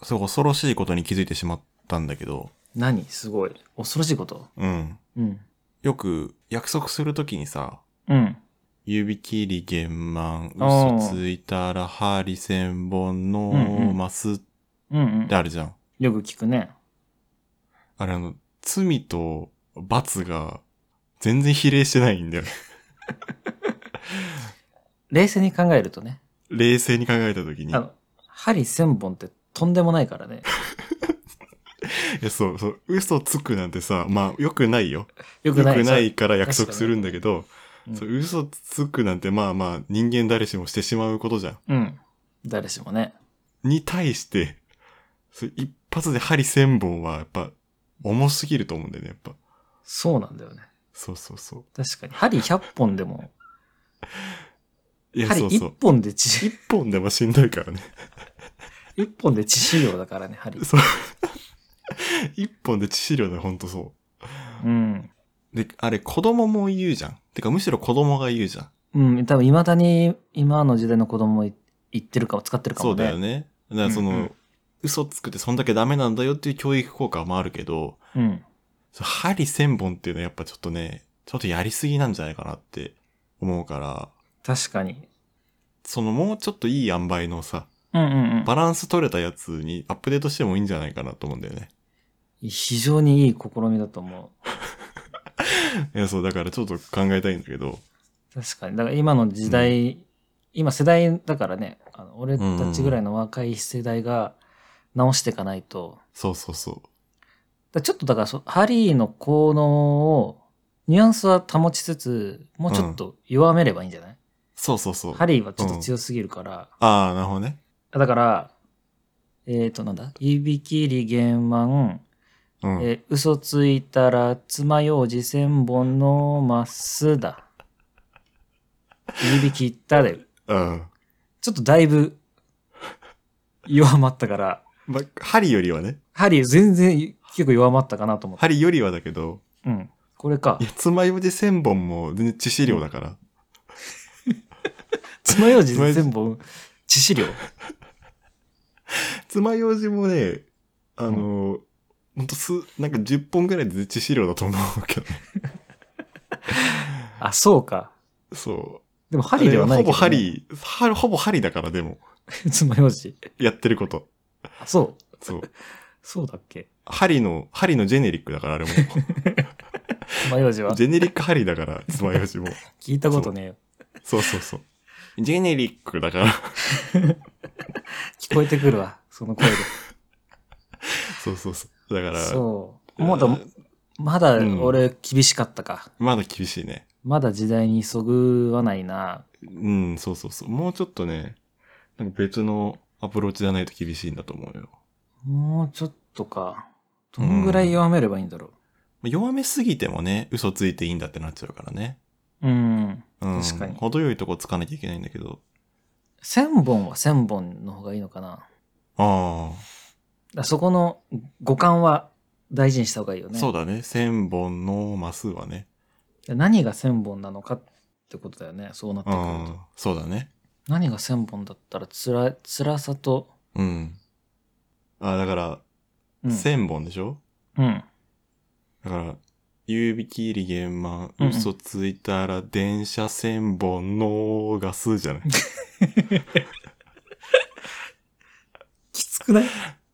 そう恐ろしいことに気づいてしまったんだけど。 何すごい。恐ろしいこと？ うん。 うん。 よく約束するときにさ、 うん。 指切り玄満、嘘ああ。 ついたら針千本うんうのん。 ますっうんうん。 てあるじゃん。 よく聞くね。 あれ罪と罰が全然比例してないんだよね。 冷静に考えるとね。 冷静に考えたときに。 針千本ってとんでもないからね。 いや、そうそう、嘘つくなんてさ、まあ、良くないよ。 よくない。 良くないから約束するんだけど、 うん、 そう嘘つくなんてまあまあ、人間誰しもしてしまうことじゃん。 うん。誰しもね。 に対して、一発で針千本はやっぱ、重すぎると思うんだよね、やっぱ。 そうなんだよね。 そうそうそう。 確かに。針100本でも、 いや、 針1 そうそう。 本で一本でもしんどいからね。 1本で致死量だからね、針。 そう。一本で致死量だよ、ほんとそう。 うん。 で、あれ子供も言うじゃん。てかむしろ子供が言うじゃん。 うん、多分未だに今の時代の子供も言ってるかも、使ってるかもね。 そうだよね。だからうんうん、 嘘つくってそんだけダメなんだよっていう教育効果もあるけど、 うん。 針千本っていうのはやっぱちょっとね、ちょっとやりすぎなんじゃないかなって思うから、 確かに。 もうちょっといい塩梅のさ、 うんうんうん。 バランス取れたやつにアップデートしてもいいんじゃないかなと思うんだよね。 非常にいい試みだと思いや、そう、だからちょっと考えたいんだけど。 う。確かに。だから今の時代、今世代だからね、俺たちぐらいの若い世代が直していかないと。 そうそうそう。 ちょっとだからハリーの効能を、ニュアンスは保ちつつ、もうちょっと弱めればいいんじゃない？ そうそうそう。 ハリーはちょっと強すぎるから。 ああ、なるほどね。 だから、なんだ指切り玄満、嘘ついたら爪楊枝千本のますだ。指切ったで。 うん。 ちょっとだいぶ弱まったから。 まあ、針よりはね。 針全然結構弱まったかなと思って。 針よりはだけど。 うん。これか。 いや、爪楊枝千本も全然致死量だから。 爪楊枝千本致死量。 爪楊枝もね、ほんとなんか10本ぐらいで致死量だと思うけどね。 あ、そうか。 そう。 でも針ではないけど、 ね。ほぼ針だからでも。 爪楊枝。 やってること。 あ、そう。 そう。 そうだっけ？ 針のジェネリックだからあれも。 爪楊枝はジェネリック針だから、爪楊枝も。 聞いたことねえよ。 そうそうそう。ジェネリックだから。 聞こえてくるわ、その声で。 そうそうそう。だから。 そう。まだ俺厳しかったか。 まだ厳しいね。 まだ時代にそぐわないな。 うん、そうそうそう。もうちょっとね、なんか別のアプローチじゃないと厳しいんだと思うよ。 もうちょっとか。どんぐらい弱めればいいんだろう。弱めすぎてもね、嘘ついていいんだってなっちゃうからね。 うん。確かに。 程よいとこつかなきゃいけないんだけど。 1000本は1000本の方がいいのかな。 ああ。そこの五感は大事にした方がいいよね。 そうだね。1000本のマスはね。 何が1000本なのかってことだよね。そうなってくると。 そうだね。 何が1000本だったら辛さと。 うん。だから、1000本でしょ？ うん。 だから、指切り玄満、嘘ついたら電車1000本のガスじゃない？ きつくない？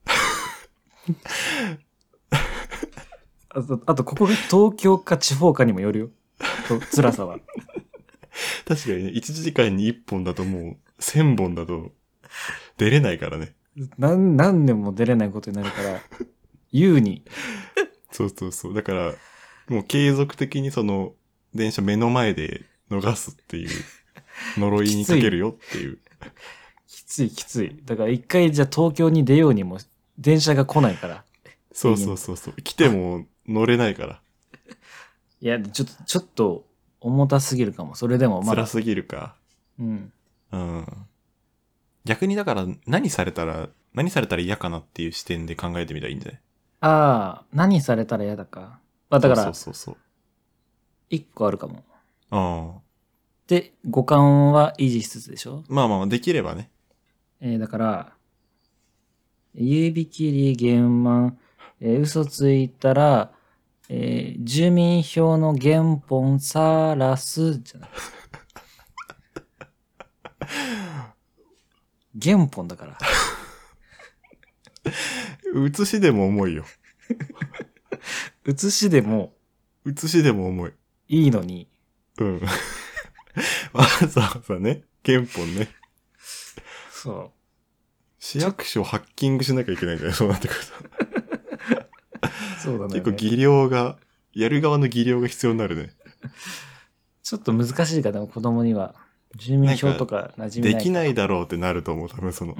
あと、ここが東京か地方かにもよるよ。辛さは。 確かにね、1時間に1本だともう、1000本だと、出れないからね。 何年も出れないことになるから、優に。 そうそうそう。だから、もう継続的に電車目の前で逃すっていう、呪いにかけるよっていう。 きついきつい。だから一回じゃあ東京に出ようにも、電車が来ないから。 そうそうそうそう。来ても乗れないから。 いや、ちょっと重たすぎるかも。それでもまだ。辛すぎるか。 うん。 うん。逆にだから何されたら嫌かなっていう視点で考えてみたらいいんじゃない？ ああ、何されたら嫌だか。だから、 そう。 一個あるかも。 ああ。 で、五感は維持しつつでしょ？ まあまあ、できればね。 だから、 指切り玄満、嘘ついたら、住民票の原本さらすじゃない。原本だから。 写しでも重いよ。 写しでも写しでも重い。 いいのに。 うん。わざわざね、原本ね。 そう。 市役所ハッキングしなきゃいけないんだよ、そうなってくると。 そうだね。 結構技量が、やる側の技量が必要になるね。 ちょっと難しいか、でも子供には。住民票とか馴染みないか。 できないだろうってなると思う、多分その。 うん。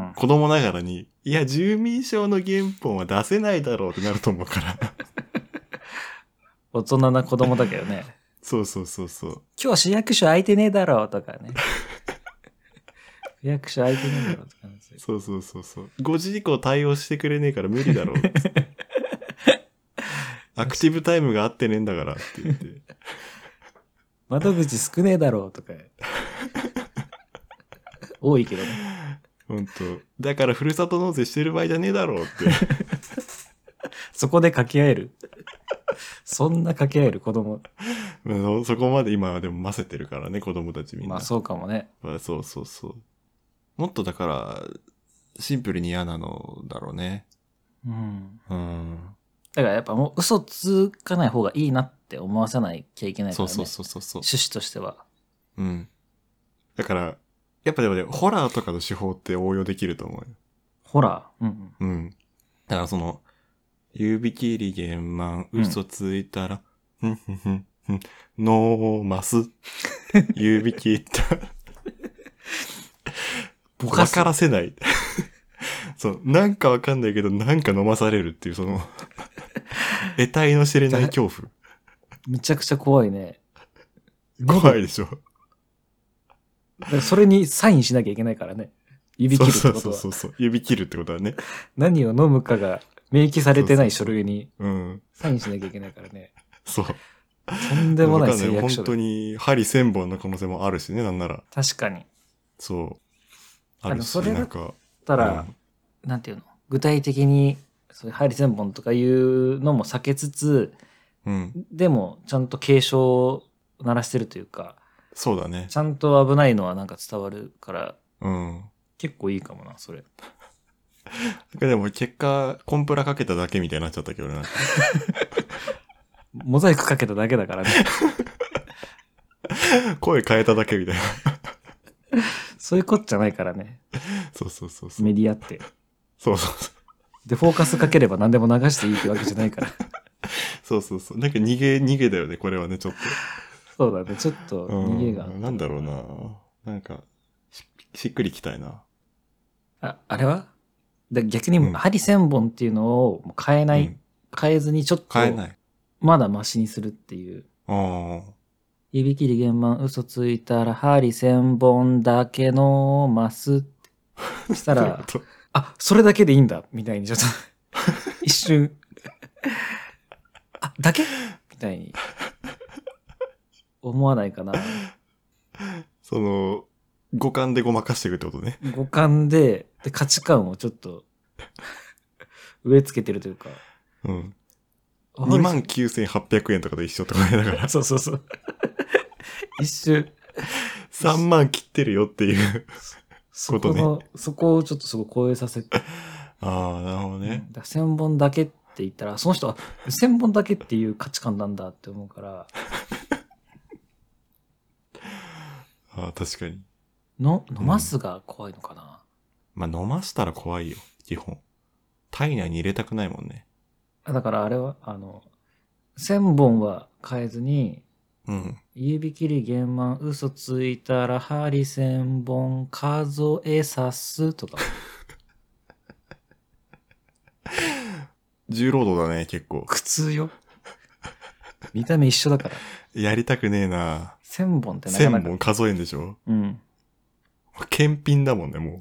子供ながらに、いや、住民票の原本は出せないだろうってなると思うから。 大人な子供だけどね。 そうそうそうそう。 今日市役所空いてねえだろうとかね。市役所空いてねえだろうとか、ね。 そうそうそうそう。5時以降対応してくれねえから無理だろう。アクティブタイムが合ってねえんだからって言って。 窓口少ねえだろうとか。多いけどね。 ほんと。だからふるさと納税してる場合じゃねえだろうって。 そこで掛け合える。そんな掛け合える子供。 そこまで今はでも混ぜてるからね、子供たちみんな。 まあそうかもね。 そうそうそう。もっとだから、シンプルに嫌なのだろうね。 うん。 うん。 だからやっぱもう嘘つかない方がいいなって思わせないきゃいけないからね。 そうそうそうそう。 趣旨としては。 うん。だから、やっぱでもね、ホラーとかの手法って応用できると思うよ。 ホラー。うんうん。だからその、指切り玄満、嘘ついたら、ふんふんふんふん、のーます。指切った。 ぼかす。 わからせない。そう、なんかわかんないけど、なんか飲まされるっていう、その、得体の知れない恐怖。 めちゃくちゃ怖いね。 怖いでしょ。 だからそれにサインしなきゃいけないからね。指切るってことは。 そう。指切るってことはね。 何を飲むかが明記されてない書類にサインしなきゃいけないからね。 そう。 とんでもない誓約書だ。 本当に針1000本の可能性もあるしね、なんなら。 確かに。 そう。あるし、 それだっなんか。 たら、なんていうの、具体的に、そういう針1000本とかいうのも避けつつ、でもちゃんと警鐘を鳴らしてるというか、 そうだね。 ちゃんと危ないのはなんか伝わるから、 うん。 結構いいかもな、それ。 でも結果、コンプラかけただけみたいになっちゃったけどね。 モザイクかけただけだからね。 声変えただけみたいな。 そういうことじゃないからね。 そう。 メディアって。 そう。 で、フォーカスかければ何でも流していいってわけじゃないから。 そう。なんか逃げだよね、これはね、ちょっと。 そうだね、ちょっと逃げが。 なんだろうな。なんかしっくりきたいな。 あれは逆に針1000本っていうのを変えない、変えずにちょっと、 変えない。 まだマシにするっていう。指切り玄満嘘ついたら針1000本だけのますって。したら、それだけでいいんだみたいにちょっと一瞬、だけみたいに思わないかな。 その、五感でごまかしていくってことね。 五感で価値観をちょっと植え付けてるというか。 29,800 円とかと一緒とかね、だから。 そう。一瞬。 3万切ってるよっていうことね。 そこをちょっとすごい超えさせて。 なるほどね。 1000本だけって言ったら、その人は1000本だけっていう価値観なんだって思うから。 確かに。 飲ますが怖いのかな。 まあ飲ましたら怖いよ、基本。体内に入れたくないもんね。 だからあれは、1000本は変えずに、指切り玄満嘘ついたら針1000本数えさすとか。 重労働だね、結構。 苦痛よ。見た目一緒だから。 やりたくねえな。 1000本ってなかなか。 1000本数えんでしょ。 うん。 検品だもんね、もう。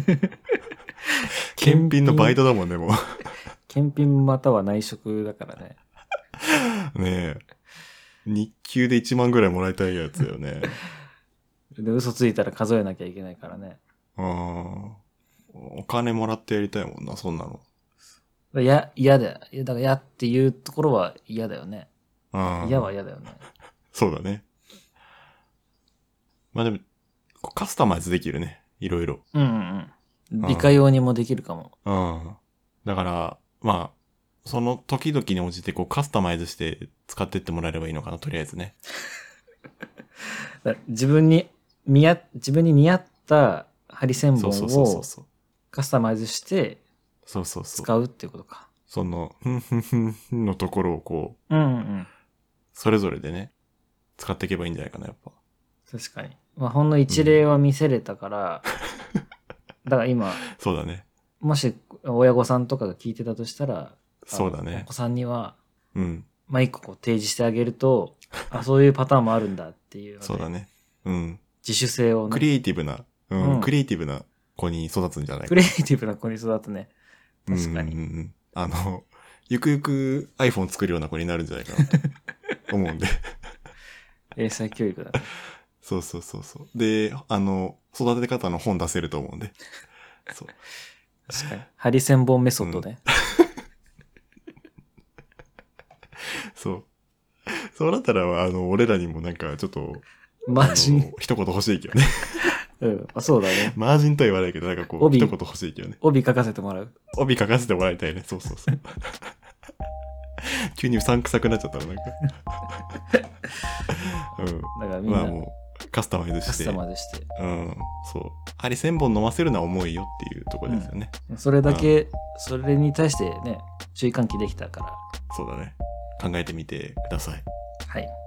検品のバイトだもんね、もう。 検品または内職だからね。 ねえ。日給で1万ぐらいもらいたいやつだよね。 で、嘘ついたら数えなきゃいけないからね。 お金もらってやりたいもんな、そんなの。 嫌だよ。だから嫌っていうところは嫌だよね。嫌は嫌だよね。 そうだね。まあでも、カスタマイズできるね。いろいろ。 理科用にもできるかも。 だから、まあ、その時々に応じてカスタマイズして使ってってもらえればいいのかな、とりあえずね。 自分に似合った針千本をカスタマイズして使うっていうことか。 その、のところをそれぞれでね、使っていけばいいんじゃないかな、やっぱ。 確かに。まあ、ほんの一例は見せれたから、だから今、 そうだね。 もし親御さんとかが聞いてたとしたら、 そうだね。 お子さんには、まあ一個提示してあげると、そういうパターンもあるんだっていうので。 そうだね。 自主性をね。 クリエイティブな、クリエイティブな子に育つんじゃないか。 クリエイティブな子に育つね。確かに。 ゆくゆく iPhone 作るような子になるんじゃないかなと思うんで。 英才教育だね。 そう。で、育て方の本出せると思うんで。そう。 確かに。針千本メソッドね。 そう。そうなったら、俺らにもなんかちょっと、 マージン。 一言欲しいけどね。 そうだね。 マージンとは言わないけど、なんか一言欲しいけどね。 帯書かせてもらう。 帯書かせてもらいたいね。そう。急にうさんくさくなっちゃったらなんか。 だからみんな。 まあもう、カスタマイズして。 カスタマイズして。 そう。針1000本飲ませるのは重いよっていうところですよね。 それだけ、それに対してね、注意喚起できたから。 そうだね。考えてみてください。 はい。